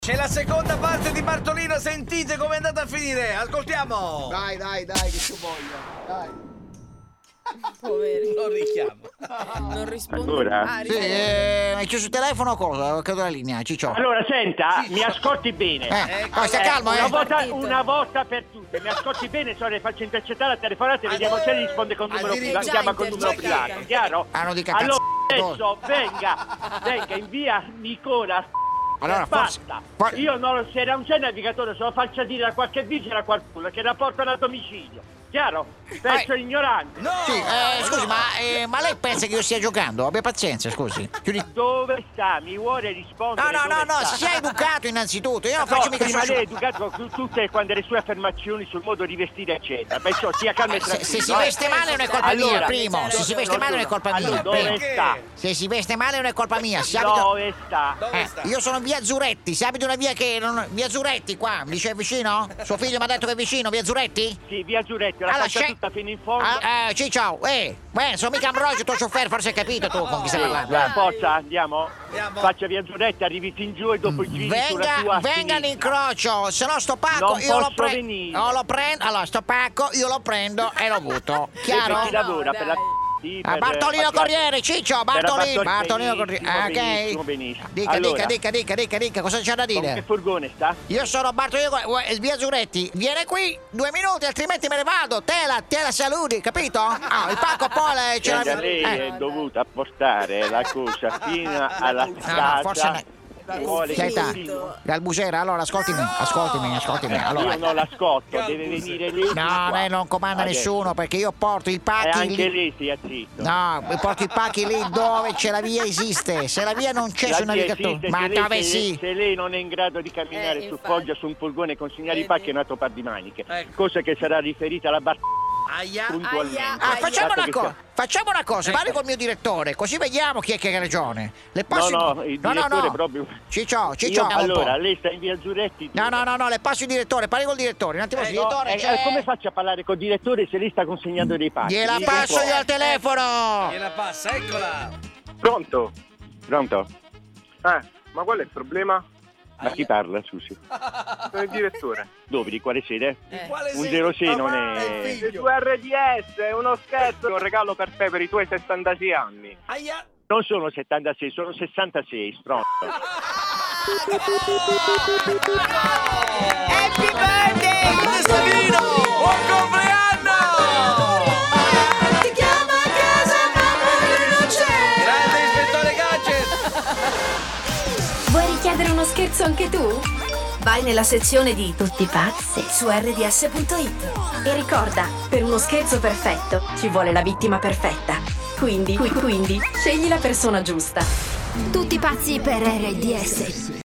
C'è la seconda parte di Bartolino, sentite com'è andata a finire, ascoltiamo! Dai, che ci voglio, dai. Poveri. Non richiamo. Non risponde. Allora? Sì, hai chiuso il telefono o cosa? Ho chiuso la linea, Ciccio. Allora, senta, mi ascolti bene. Stai calmo, Una volta per tutte, mi ascolti bene, se le faccio intercettare la telefonata e vediamo se risponde con numero privato. Chiama con numero privato, chiaro? Non dica allora, cazzo. adesso venga in via Nicola. Allora, basta. Io non, se non c'è navigatore, se lo faccia dire a qualche vigile a qualcuno che la portano a domicilio. Chiaro? Penso ignorante. No! Sì, scusi, ma lei pensa che io stia giocando? Abbia pazienza, scusi. Dove sta? Mi vuole rispondere? No, si sia educato innanzitutto. Io non faccio mica prima lei è educato con tutte quante le sue affermazioni sul modo di vestire, eccetera. Perciò sia calmo e tranquillo. Se si veste male non è colpa mia, primo. Se si veste male non è colpa mia. Allora, dove sta? Se si veste male non è colpa mia. Dove sta? Dove sta? Io sono in via Zuretti, si abita una via che non... Via Zuretti qua, mi dice è vicino? Suo figlio mi ha detto che è vicino, via Zuretti? Sì, via Zuretti, la faccia tutta fino in fondo. Ciccio, sono mica Ambrogio, tuo chauffeur, forse hai capito tu con chi stai parlando. Forza, andiamo. Faccia via Zuretti, arrivi fin giù e dopo giri sulla tua venga all'incrocio, se no sto pacco non io lo venire. lo prendo. Allora, sto pacco io lo prendo e lo butto. Chiaro? Chi lavora per la Bartolino Corriere, Ciccio, Bartolino Corriere. Ok. Benissimo. Dica, cosa c'è da Con che dire? furgone sta? Io sono Bartolino Corriere, via Zuretti. Viene qui 2 minuti, altrimenti me ne vado. Te la saluti, capito? Il pacco poi ce Senta, lei è dovuta portare la cosa fino alla casa. forse Galbusera, allora ascoltimi. Allora, io non l'ascolto, deve venire lì. no, lei non comanda nessuno perché io porto i pacchi E anche lì. lei sia zitto. No, porto i pacchi lì dove c'è la via esiste. Se la via non c'è sul navigatore. Ma dove sì? Se lei non è in grado di camminare su foggia su un furgone e consegnare i pacchi è un altro par di maniche. Cosa che sarà riferita alla puntualmente. Facciamo una cosa, parli col mio direttore, così vediamo chi è che ha ragione. Le passo il direttore proprio. Ciccio. Allora, lei sta in via Zuretti. No, le passo il direttore, parli col direttore. Un attimo, direttore. Come faccio a parlare col direttore se lei sta consegnando dei pacchi? Gliela passo io al telefono. Gliela passa, eccola. Pronto? Ma qual è il problema? Ma chi parla, Susi? Sono il direttore. Dove? Di quale sede? Quale Un sei? 06 non è... Il tuo RDS è uno scherzo, è un regalo per te per i tuoi 66 anni. Aia. Non sono 76, sono 66, stronzo. Happy birthday! Savino, buon compleanno! Ti chiama a casa ma lui non c'è! Grande ispettore Gadget! Vuoi richiedere uno scherzo anche tu? Vai nella sezione di Tutti pazzi su rds.it e ricorda, per uno scherzo perfetto ci vuole la vittima perfetta. Quindi scegli la persona giusta. Tutti pazzi per RDS.